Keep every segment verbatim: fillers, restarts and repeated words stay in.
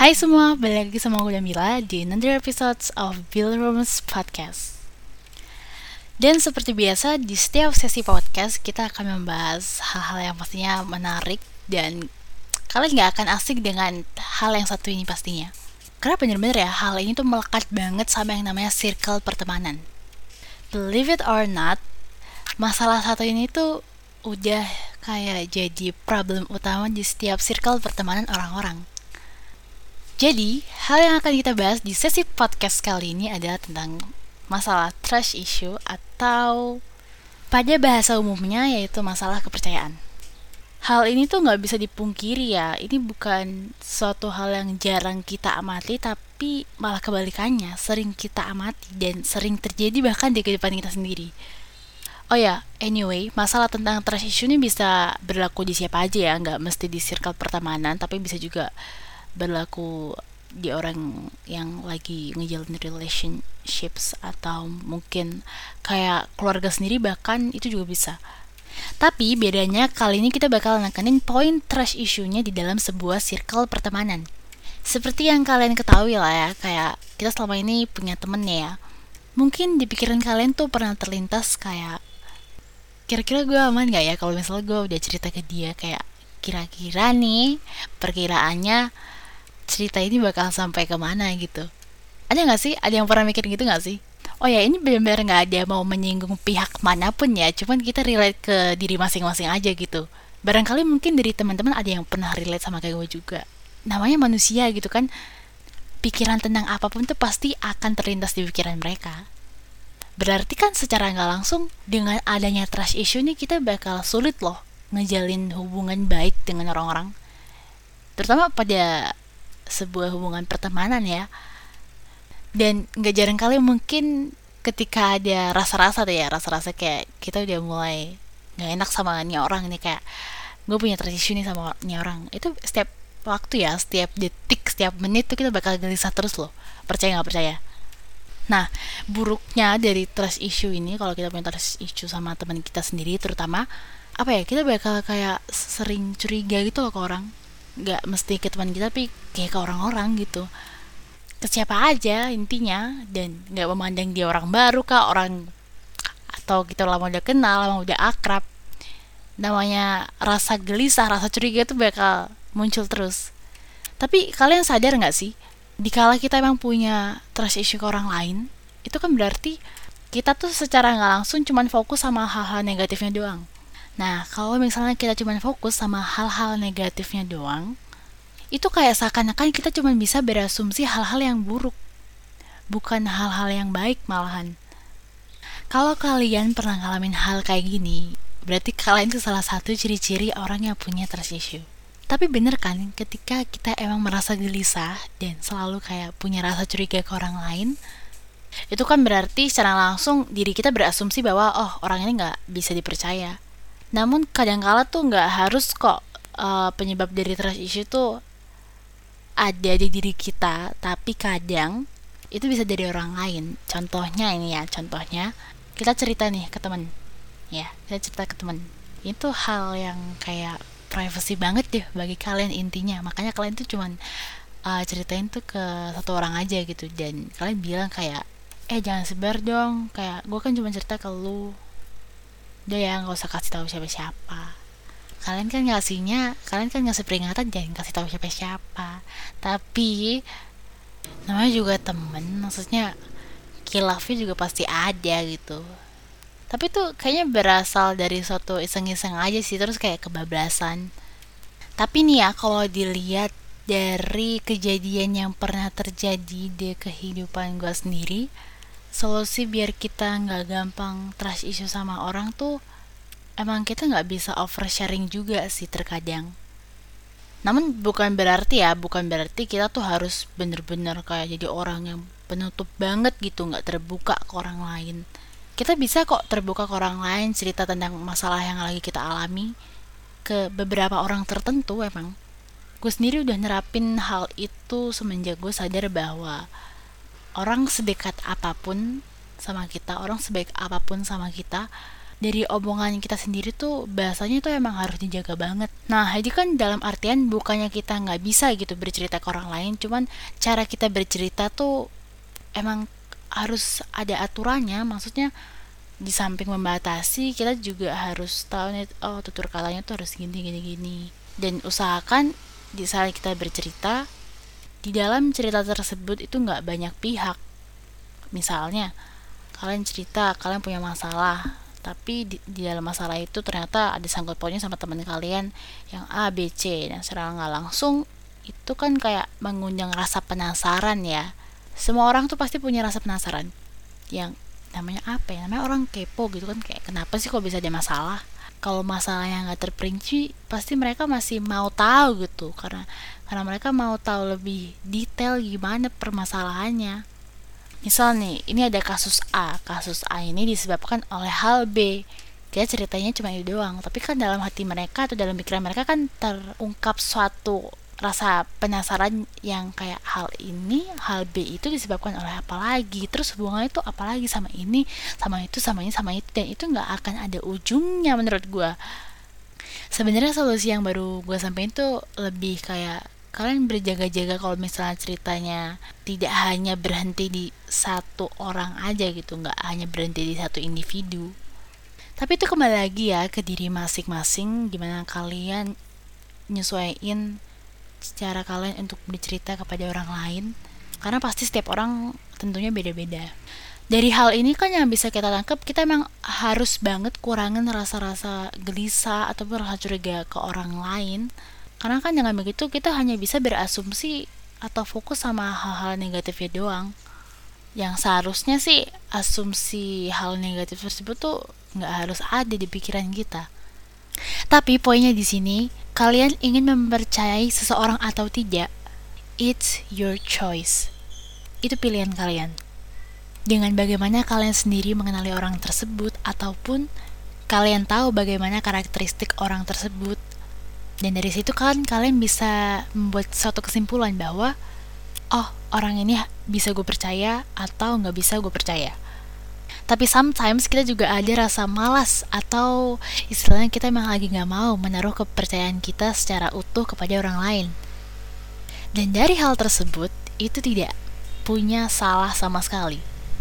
Hai semua, balik lagi sama gue Damila di another episodes of Bill Rooms Podcast. Dan seperti biasa, di setiap sesi podcast kita akan membahas hal-hal yang pastinya menarik dan kalian gak akan asik dengan hal yang satu ini pastinya. Karena bener-bener ya, hal ini tuh melekat banget sama yang namanya circle pertemanan. Believe it or not, masalah satu ini tuh udah kayak jadi problem utama di setiap circle pertemanan orang-orang. Jadi, hal yang akan kita bahas di sesi podcast kali ini adalah tentang masalah trust issue atau pada bahasa umumnya yaitu masalah kepercayaan. Hal ini tuh nggak bisa dipungkiri ya, ini bukan suatu hal yang jarang kita amati, tapi malah kebalikannya, sering kita amati dan sering terjadi bahkan di kehidupan kita sendiri. Oh ya, anyway, masalah tentang trust issue ini bisa berlaku di siapa aja ya, nggak mesti di circle pertemanan, tapi bisa juga berlaku di orang yang lagi ngejalin relationships atau mungkin kayak keluarga sendiri, bahkan itu juga bisa. Tapi bedanya kali ini kita bakal nekenin poin trust issue-nya di dalam sebuah circle pertemanan. Seperti yang kalian ketahui lah ya, kayak kita selama ini punya temen ya. Mungkin di pikiran kalian tuh pernah terlintas kayak, kira-kira gue aman gak ya kalau misalnya gue udah cerita ke dia, kayak kira-kira nih perkiraannya cerita ini bakal sampai kemana gitu. Ada gak sih? Ada yang pernah mikir gitu gak sih? Oh ya, ini benar-benar gak ada mau menyinggung pihak manapun ya, cuman kita relate ke diri masing-masing aja gitu. Barangkali mungkin dari teman-teman ada yang pernah relate sama kayak gue juga. Namanya manusia gitu kan, pikiran tentang apapun tuh pasti akan terlintas di pikiran mereka. Berarti kan secara gak langsung dengan adanya trust issue nih kita bakal sulit loh ngejalin hubungan baik dengan orang-orang, terutama pada sebuah hubungan pertemanan ya. Dan gak jarang kali mungkin ketika ada rasa-rasa tuh ya, rasa-rasa kayak kita udah mulai gak enak sama nih orang nih, kayak gue punya trust issue nih sama nih orang, itu setiap waktu ya, setiap detik, setiap menit tuh kita bakal gelisah terus loh, percaya gak percaya. Nah, buruknya dari trust issue ini, kalau kita punya trust issue sama teman kita sendiri terutama, apa ya, kita bakal kayak sering curiga gitu loh ke orang. Gak mesti ke teman kita, tapi kayak ke orang-orang gitu, ke siapa aja intinya. Dan gak memandang dia orang baru kah, orang atau kita lama udah kenal, lama udah akrab, namanya rasa gelisah, rasa curiga itu bakal muncul terus. Tapi kalian sadar gak sih, dikala kita emang punya trust issue ke orang lain, itu kan berarti kita tuh secara gak langsung cuman fokus sama hal-hal negatifnya doang. Nah, kalau misalnya kita cuma fokus sama hal-hal negatifnya doang, itu kayak seakan-akan kita cuma bisa berasumsi hal-hal yang buruk, bukan hal-hal yang baik malahan. Kalau kalian pernah ngalamin hal kayak gini, berarti kalian itu salah satu ciri-ciri orang yang punya trust issue. Tapi bener kan, ketika kita emang merasa gelisah dan selalu kayak punya rasa curiga ke orang lain, itu kan berarti secara langsung diri kita berasumsi bahwa oh, orang ini gak bisa dipercaya. Namun kadangkala tuh nggak harus kok uh, penyebab dari trust issue tuh ada di diri kita, tapi kadang itu bisa dari orang lain. Contohnya ini ya, contohnya kita cerita nih ke teman, ya kita cerita ke teman. Itu hal yang kayak privacy banget deh bagi kalian intinya. Makanya kalian tuh cuman uh, ceritain tuh ke satu orang aja gitu, dan kalian bilang kayak, eh jangan sebar dong, kayak gue kan cuma cerita ke lu. Udah ya, gak usah kasih tahu siapa-siapa. Kalian kan ngasihnya, kalian kan ngasih peringatan jangan kasih tahu siapa-siapa. Tapi namanya juga temen, maksudnya khilafnya juga pasti ada gitu. Tapi tuh kayaknya berasal dari suatu iseng-iseng aja sih, terus kayak kebablasan. Tapi nih ya, kalau dilihat dari kejadian yang pernah terjadi di kehidupan gue sendiri, solusi biar kita gak gampang trust issue sama orang tuh emang kita gak bisa oversharing juga sih terkadang. Namun bukan berarti ya, bukan berarti kita tuh harus bener-bener kayak jadi orang yang penutup banget gitu, gak terbuka ke orang lain. Kita bisa kok terbuka ke orang lain, cerita tentang masalah yang lagi kita alami ke beberapa orang tertentu emang. Gue sendiri udah nerapin hal itu semenjak gue sadar bahwa orang sedekat apapun sama kita, orang sebaik apapun sama kita, dari omongan kita sendiri tuh bahasanya tuh emang harus dijaga banget. Nah, jadi kan dalam artian bukannya kita nggak bisa gitu bercerita ke orang lain, cuman cara kita bercerita tuh emang harus ada aturannya. Maksudnya di samping membatasi, kita juga harus tahu nih, oh tutur katanya tuh harus gini gini gini. Dan usahakan di saat kita bercerita, di dalam cerita tersebut itu nggak banyak pihak. Misalnya kalian cerita kalian punya masalah, tapi di, di dalam masalah itu ternyata ada sangkut pautnya sama teman kalian yang A, B, C, dan secara nggak langsung itu kan kayak mengundang rasa penasaran ya. Semua orang tuh pasti punya rasa penasaran yang namanya apa ya, namanya orang kepo gitu kan, kayak kenapa sih kok bisa ada masalah. Kalau masalah yang nggak terperinci pasti mereka masih mau tahu gitu, karena karena mereka mau tahu lebih detail gimana permasalahannya. Misal nih, ini ada kasus A. Kasus A ini disebabkan oleh hal B. Dia ceritanya cuma itu doang, tapi kan dalam hati mereka atau dalam pikiran mereka kan terungkap suatu rasa penasaran yang kayak hal ini, hal B itu disebabkan oleh apa lagi, terus hubungannya itu apa lagi sama ini, sama itu, sama ini, sama itu, dan itu nggak akan ada ujungnya menurut gue. Sebenarnya solusi yang baru gue sampaikan tuh lebih kayak kalian berjaga-jaga kalau misalnya ceritanya tidak hanya berhenti di satu orang aja gitu, nggak hanya berhenti di satu individu. Tapi itu kembali lagi ya ke diri masing-masing, gimana kalian nyesuaiin cara kalian untuk bercerita kepada orang lain, karena pasti setiap orang tentunya beda-beda. Dari hal ini kan yang bisa kita tangkap, kita emang harus banget kurangin rasa-rasa gelisah ataupun rasa curiga ke orang lain. Karena kan dengan begitu kita hanya bisa berasumsi atau fokus sama hal-hal negatifnya doang. Yang seharusnya sih asumsi hal negatif tersebut tuh nggak harus ada di pikiran kita. Tapi poinnya di sini, kalian ingin mempercayai seseorang atau tidak, it's your choice. Itu pilihan kalian. Dengan bagaimana kalian sendiri mengenali orang tersebut, ataupun kalian tahu bagaimana karakteristik orang tersebut. Dan dari situ kan kalian bisa membuat suatu kesimpulan bahwa oh, orang ini bisa gue percaya atau gak bisa gue percaya. Tapi sometimes kita juga ada rasa malas, atau istilahnya kita emang lagi gak mau menaruh kepercayaan kita secara utuh kepada orang lain. Dan dari hal tersebut, itu tidak punya salah sama sekali.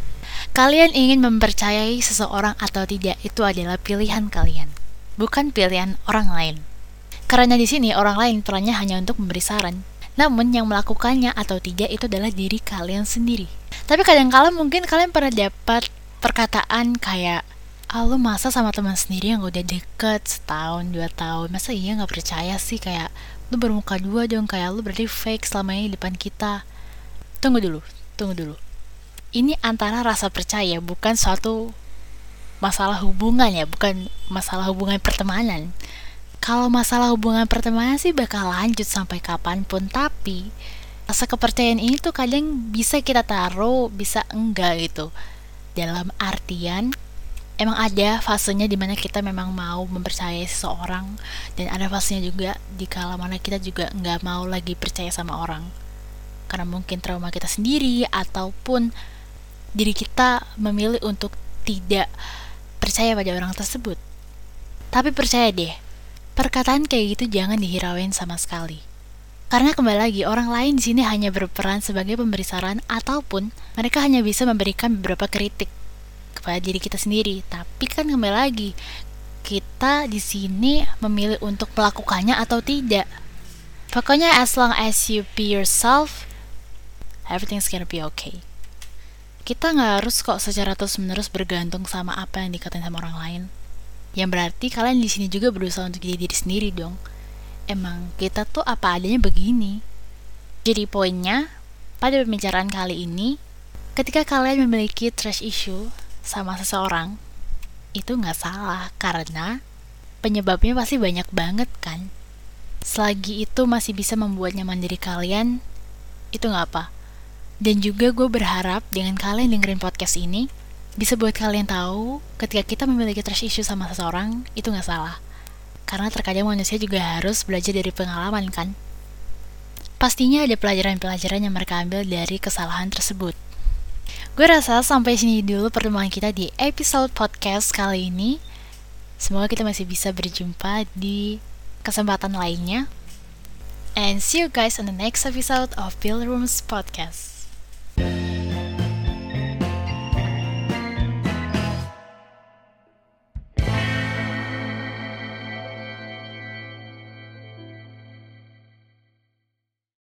Kalian ingin mempercayai seseorang atau tidak, itu adalah pilihan kalian, bukan pilihan orang lain. Karena di sini orang lain perannya hanya untuk memberi saran, namun yang melakukannya atau tidak itu adalah diri kalian sendiri. Tapi kadang-kala mungkin kalian pernah dapat perkataan kayak, ah lu masa sama teman sendiri yang udah deket setahun, dua tahun, masa iya gak percaya sih, kayak lu bermuka dua dong, kayak lu berarti fake selama ini di depan kita. Tunggu dulu, tunggu dulu. Ini antara rasa percaya, bukan suatu masalah hubungan ya, bukan masalah hubungan pertemanan. Kalau masalah hubungan pertemanan sih bakal lanjut sampai kapanpun, tapi rasa kepercayaan ini tuh kadang bisa kita taruh, bisa enggak gitu. Dalam artian, emang ada fasenya dimana kita memang mau mempercayai seseorang, dan ada fasenya juga di kala mana kita juga nggak mau lagi percaya sama orang, karena mungkin trauma kita sendiri ataupun diri kita memilih untuk tidak percaya pada orang tersebut. Tapi percaya deh, perkataan kayak gitu jangan dihirauin sama sekali. Karena kembali lagi, orang lain di sini hanya berperan sebagai pemberi saran, ataupun mereka hanya bisa memberikan beberapa kritik kepada diri kita sendiri. Tapi kan kembali lagi, kita di sini memilih untuk melakukannya atau tidak. Pokoknya as long as you be yourself, everything's gonna be okay. Kita nggak harus kok secara terus-menerus bergantung sama apa yang dikatain sama orang lain. Yang berarti kalian di sini juga berusaha untuk jadi diri sendiri dong. Emang kita tuh apa adanya begini. Jadi poinnya, pada pembicaraan kali ini, ketika kalian memiliki trust issue sama seseorang, itu gak salah, karena penyebabnya pasti banyak banget kan. Selagi itu masih bisa membuat nyaman diri kalian, itu gak apa. Dan juga gue berharap dengan kalian dengerin podcast ini, bisa buat kalian tahu ketika kita memiliki trust issue sama seseorang, itu gak salah. Karena terkadang manusia juga harus belajar dari pengalaman kan. Pastinya ada pelajaran-pelajaran yang mereka ambil dari kesalahan tersebut. Gue rasa sampai sini dulu pertemuan kita di episode podcast kali ini. Semoga kita masih bisa berjumpa di kesempatan lainnya. And see you guys on the next episode of Bill Rooms Podcast.